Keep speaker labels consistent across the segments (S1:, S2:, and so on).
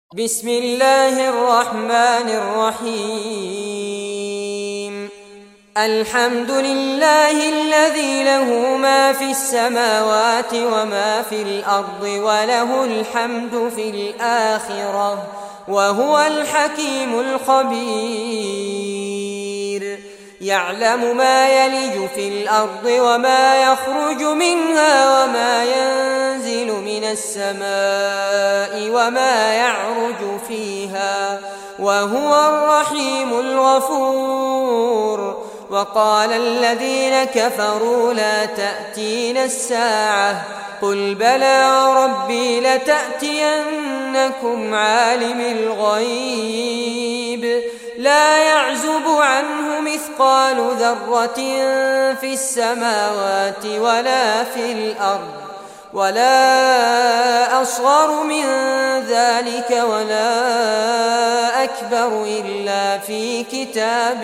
S1: بسم الله الرحمن الرحيم. الحمد لله الذي له ما في السماوات وما في الأرض وله الحمد في الآخرة وهو الحكيم الخبير. يعلم ما يلج في الأرض وما يخرج منها وما ينزل من السماء وما يعرج فيها وهو الرحيم الغفور. وقال الذين كفروا لا تأتينا الساعة قل بلى ربي لتأتينكم عالم الغيب لا يعزب عنه مثقال ذرة في السماوات ولا في الأرض ولا أصغر من ذلك ولا أكبر إلا في كتاب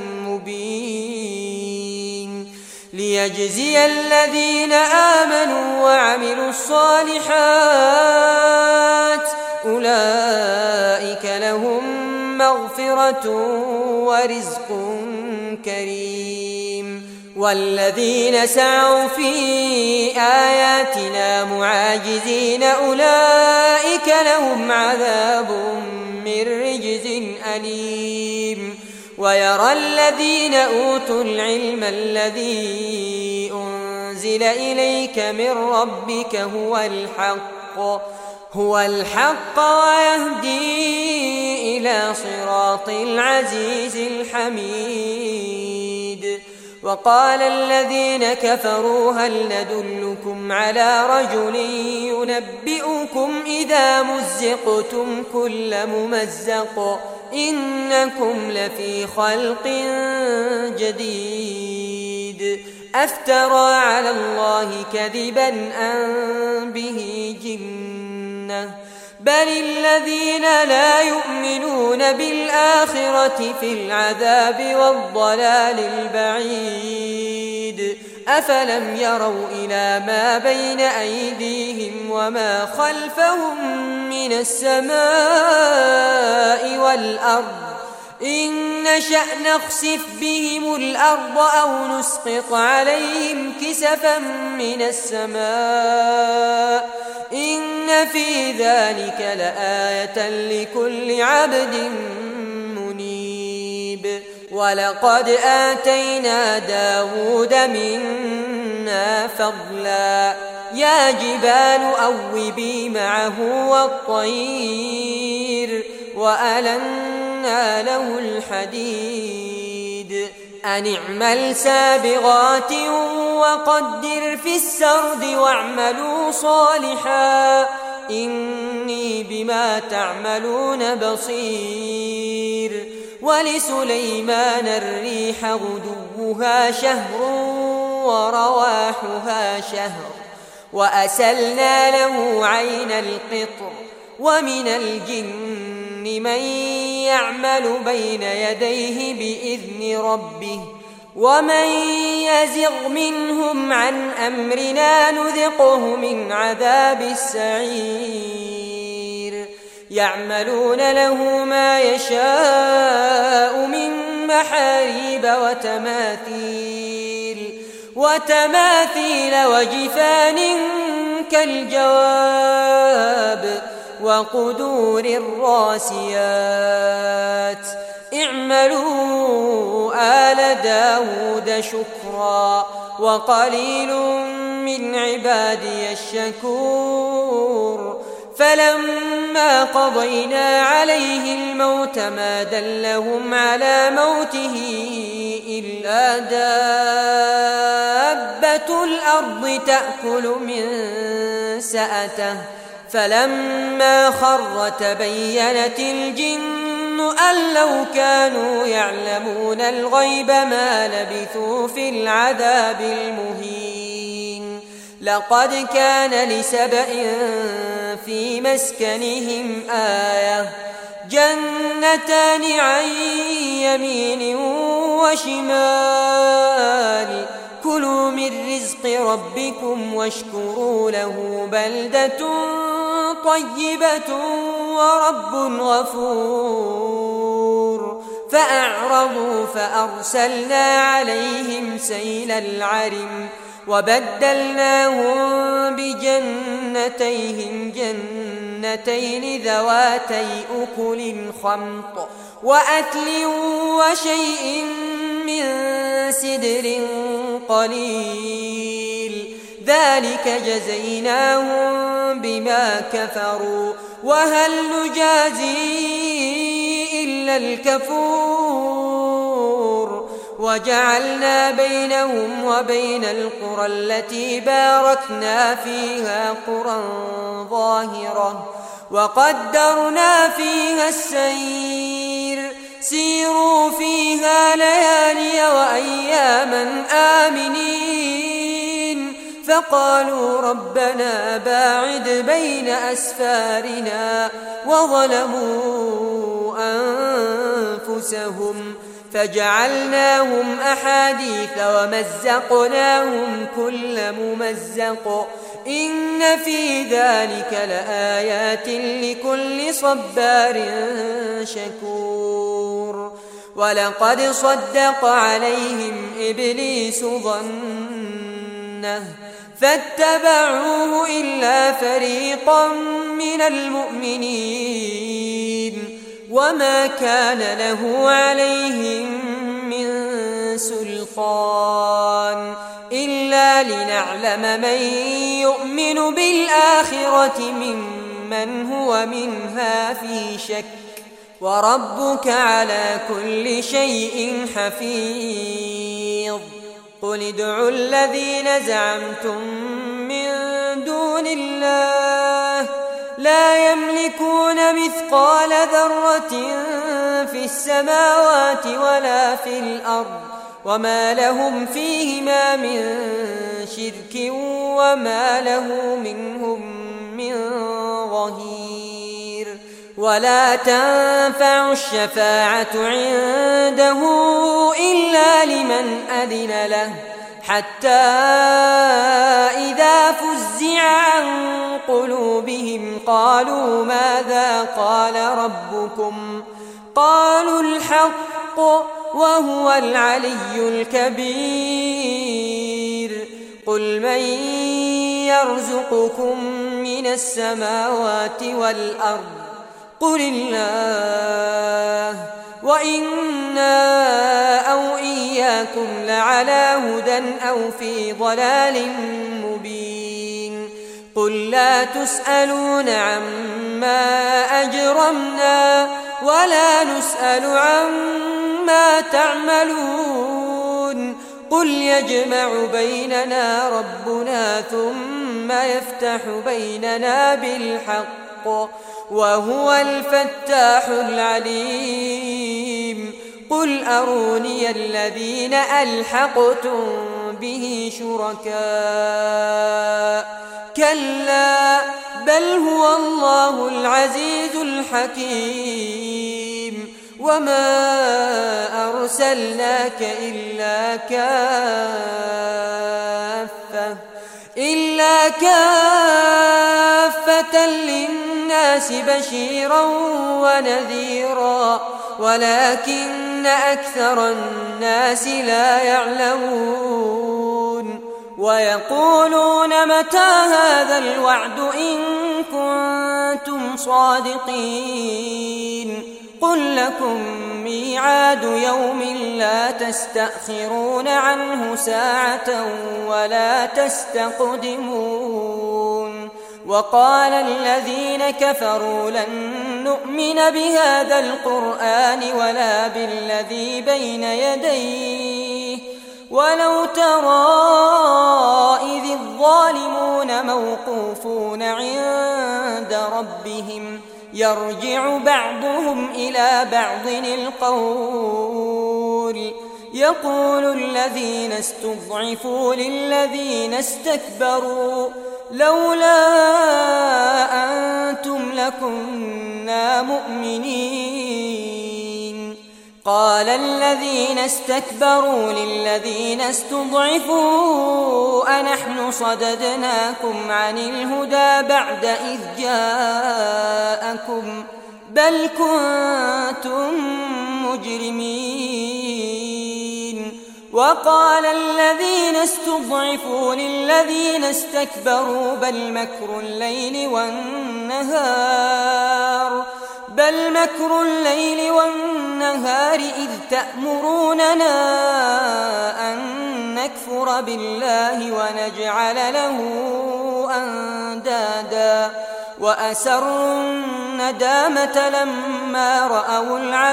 S1: مبين ليجزي الذين آمنوا وعملوا الصالحات أولئك لهم مغفرة ورزق كريم. والذين سعوا في آياتنا معاجزين أولئك لهم عذاب من رجز أليم. ويرى الذين أوتوا العلم الذي أنزل إليك من ربك هو الحق ويهدي إلى صراط العزيز الحميد. وقال الذين كفروا هل ندلكم على رجل ينبئكم إذا مزقتم كل ممزق إنكم لفي خلق جديد أفترى على الله كذبا أم به جنة بل الذين لا يؤمنون بالآخرة في العذاب والضلال البعيد. أفلم يروا إلى ما بين أيديهم وما خلفهم من السماء والأرض إن نشأ نخسف بهم الأرض أو نسقط عليهم كسفا من السماء إن في ذلك لآية لكل عبد منيب. ولقد آتينا داود منا فضلا يا جبال أوبي معه والطير وألنا له الحديد أن اعمل سابغات وقدر في السرد واعملوا صالحا إني بما تعملون بصير. ولسليمان الريح غدوها شهر ورواحها شهر وأسلنا له عين القطر ومن الجن من يعمل بين يديه بإذن ربه ومن يزغ منهم عن أمرنا نذقه من عذاب السعير. يعملون له ما يشاء من محاريب وتماثيل وجفان كالجواب وقدور الراسيات اعملوا آل داود شكرا وقليل من عبادي الشكور. فلما قضينا عليه الموت ما دلهم على موته إلا دابة الأرض تأكل من سأته فلما خر تبينت الجن أن لو كانوا يعلمون الغيب ما لبثوا في العذاب المهين. لقد كان لسبأ في مسكنهم آية جنتان عن يمين وشمال كلوا من رزق ربكم واشكروا له بلدة طيبة ورب غفور فأعرضوا فأرسلنا عليهم سيل العرم وبدلناهم بجنتيهم جنتين ذواتي أكل خمط وأكل وشيء من سدر قليل ذلك جزيناهم بما كفروا وهل نجازي إلا الكفور وجعلنا بينهم وبين القرى التي باركنا فيها قرى ظاهرة وقدرنا فيها السير سيروا فيها ليالي وأياما آمنين فقالوا ربنا باعد بين أسفارنا وظلموا أنفسهم فجعلناهم أحاديث ومزقناهم كل ممزق إن في ذلك لآيات لكل صبار شكور ولقد صدق عليهم إبليس ظنه فاتبعوه إلا فريقا من المؤمنين وما كان له عليهم من سلطان إلا لنعلم من يؤمن بالآخرة ممن هو منها في شك وربك على كل شيء حفيظ قل ادعوا الذين زعمتم من دون الله لا يملكون مثقال ذرة في السماوات ولا في الأرض وما لهم فيهما من شرك وما له منهم من ظهير ولا تنفع الشفاعة عنده إلا لمن أذن له حتى إذا فزع عن قلوبهم قالوا ماذا قال ربكم قالوا الحق وهو العلي الكبير قل من يرزقكم من السماوات والأرض قل الله وإنا أو إياكم لعلى هدى أو في ضلال مبين قل لا تسألون عما أجرمنا ولا نسأل عما تعملون قل يجمع بيننا ربنا ثم يفتح بيننا بالحق وهو الفتاح العليم قل أروني الذين ألحقتم به شركاء كلا بل هو الله العزيز الحكيم وما أرسلناك إلا كافة للناس بشيرا ونذيرا ولكن أكثر الناس لا يعلمون ويقولون متى هذا الوعد إن كنتم صادقين قل لكم ميعاد يوم لا تستأخرون عنه ساعة ولا تستقدمون وقال الذين كفروا لن نؤمن بهذا القرآن ولا بالذي بين يديه ولو ترى إذ الظالمون موقوفون عند ربهم يرجع بعضهم إلى بعض القول يقول الذين استضعفوا للذين استكبروا لولا أنتم لكنا مؤمنين قال الذين استكبروا للذين استضعفوا أنحن صددناكم عن الهدى بعد إذ جاءكم بل كنتم مجرمين. وقال الذين استضعفوا للذين استكبروا بل مكر الليل والنهار إذ تأمروننا أن نكفر بالله ونجعل له أندادا وأسروا الندامة لما رأوا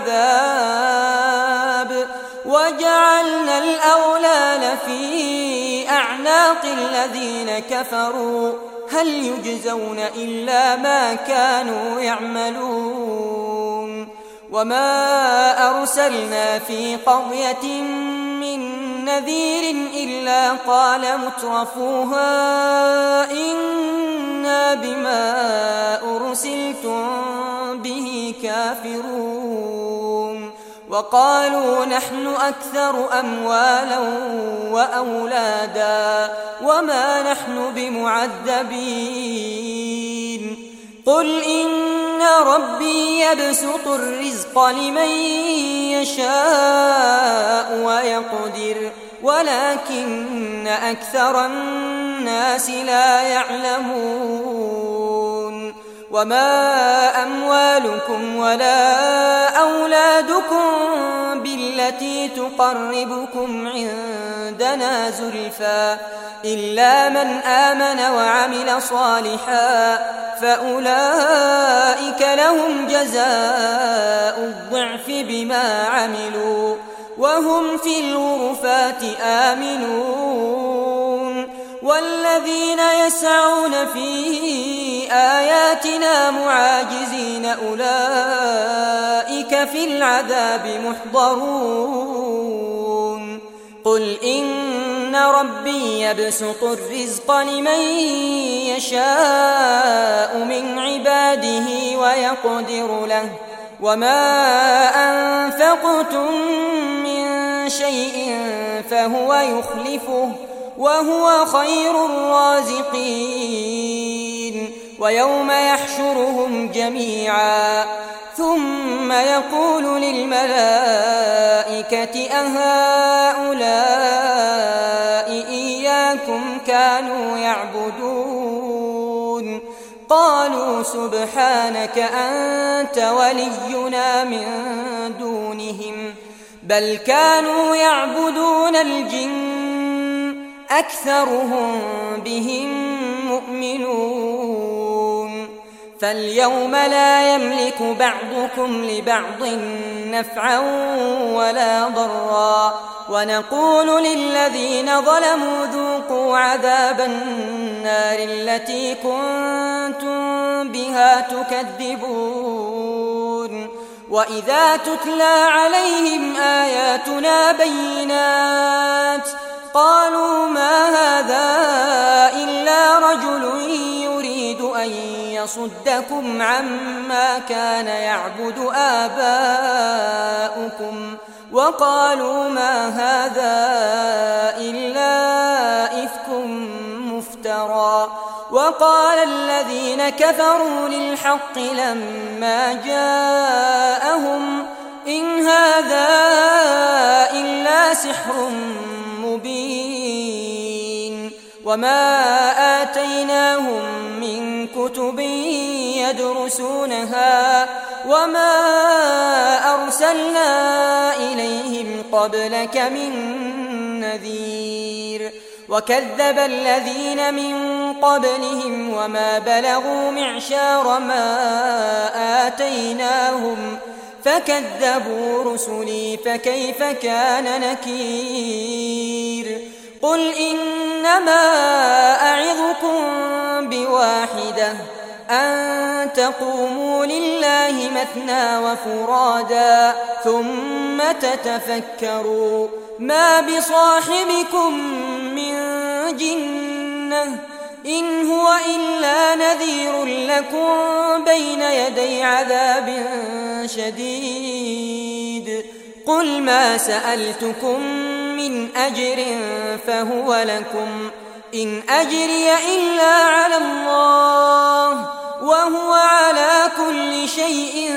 S1: العذاب وجعلنا الأغلال في أعناق الذين كفروا هل يجزون إلا ما كانوا يعملون. وما أرسلنا في قرية من نذير إلا قال مترفوها إنا بما أرسلتم به كافرون وقالوا نحن أكثر أموالا وأولادا وما نحن بمعذبين. قل إن ربي يبسط الرزق لمن يشاء ويقدر ولكن أكثر الناس لا يعلمون. وما أموالكم ولا أولادكم بالتي تقربكم عندنا زلفى إلا من آمن وعمل صالحا فأولئك لهم جزاء الضعف بما عملوا وهم في الغرفات آمنون. والذين يسعون في آياتنا معاجزين أولئك في العذاب محضرون. قل إن ربي يبسط الرزق لمن يشاء من عباده ويقدر له وما أنفقتم من شيء فهو يخلفه وهو خير الرازقين. ويوم يحشرهم جميعا ثم يقول للملائكة أهؤلاء إياكم كانوا يعبدون قالوا سبحانك أنت ولينا من دونهم بل كانوا يعبدون الجن أكثرهم بهم مؤمنون. فاليوم لا يملك بعضكم لبعض نفعا ولا ضرا ونقول للذين ظلموا ذوقوا عذاب النار التي كنتم بها تكذبون. وإذا تتلى عليهم آياتنا بينات قالوا ما هذا إلا رجل يريد أن يصدكم عما كان يعبد آباؤكم وقالوا ما هذا إلا إفك مفترى. وقال الذين كفروا للحق لما جاءهم إن هذا إلا سحر مبين. وما آتيناهم من كتب يدرسونها وما أرسلنا إليهم قبلك من نذير. وكذب الذين من قبلهم وما بلغوا معشار ما آتيناهم فكذبوا رسلي فكيف كان نكير. قل إنما أعظكم بواحدة أن تقوموا لله مثنى وفرادا ثم تتفكروا ما بصاحبكم من جنة إن هو إلا نذير لكم بين يدي عذاب شديد. قل ما سألتكم من أجر فهو لكم إن أجري إلا على الله وهو على كل شيء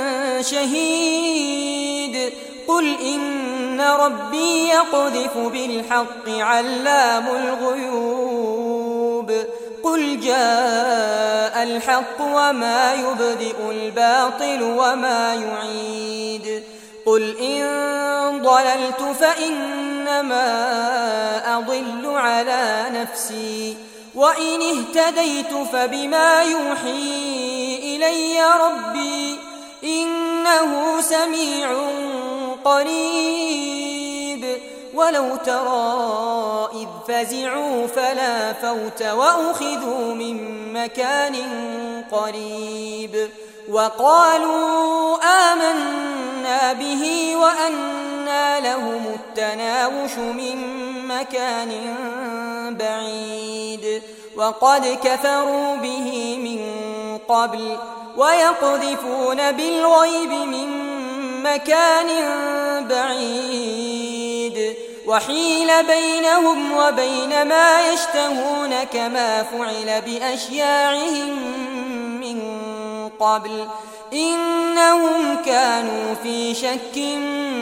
S1: شهيد قل إن ربي يقذف بالحق علام الغيوب قل جاء الحق وما يبدئ الباطل وما يعيد قل إن ضللت فإنما أضل على نفسي وإن اهتديت فبما يوحي إلي ربي إنه سميع قريب ولو ترى إذ فزعوا فلا فوت وأخذوا من مكان قريب وقالوا آمنا به وأنى لهم التناوش من مكان بعيد وقد كفروا به من قبل ويقذفون بالغيب من مكان بعيد وحيل بينهم وبين ما يشتهون كما فعل بأشياعهم من قبل إنهم كانوا في شك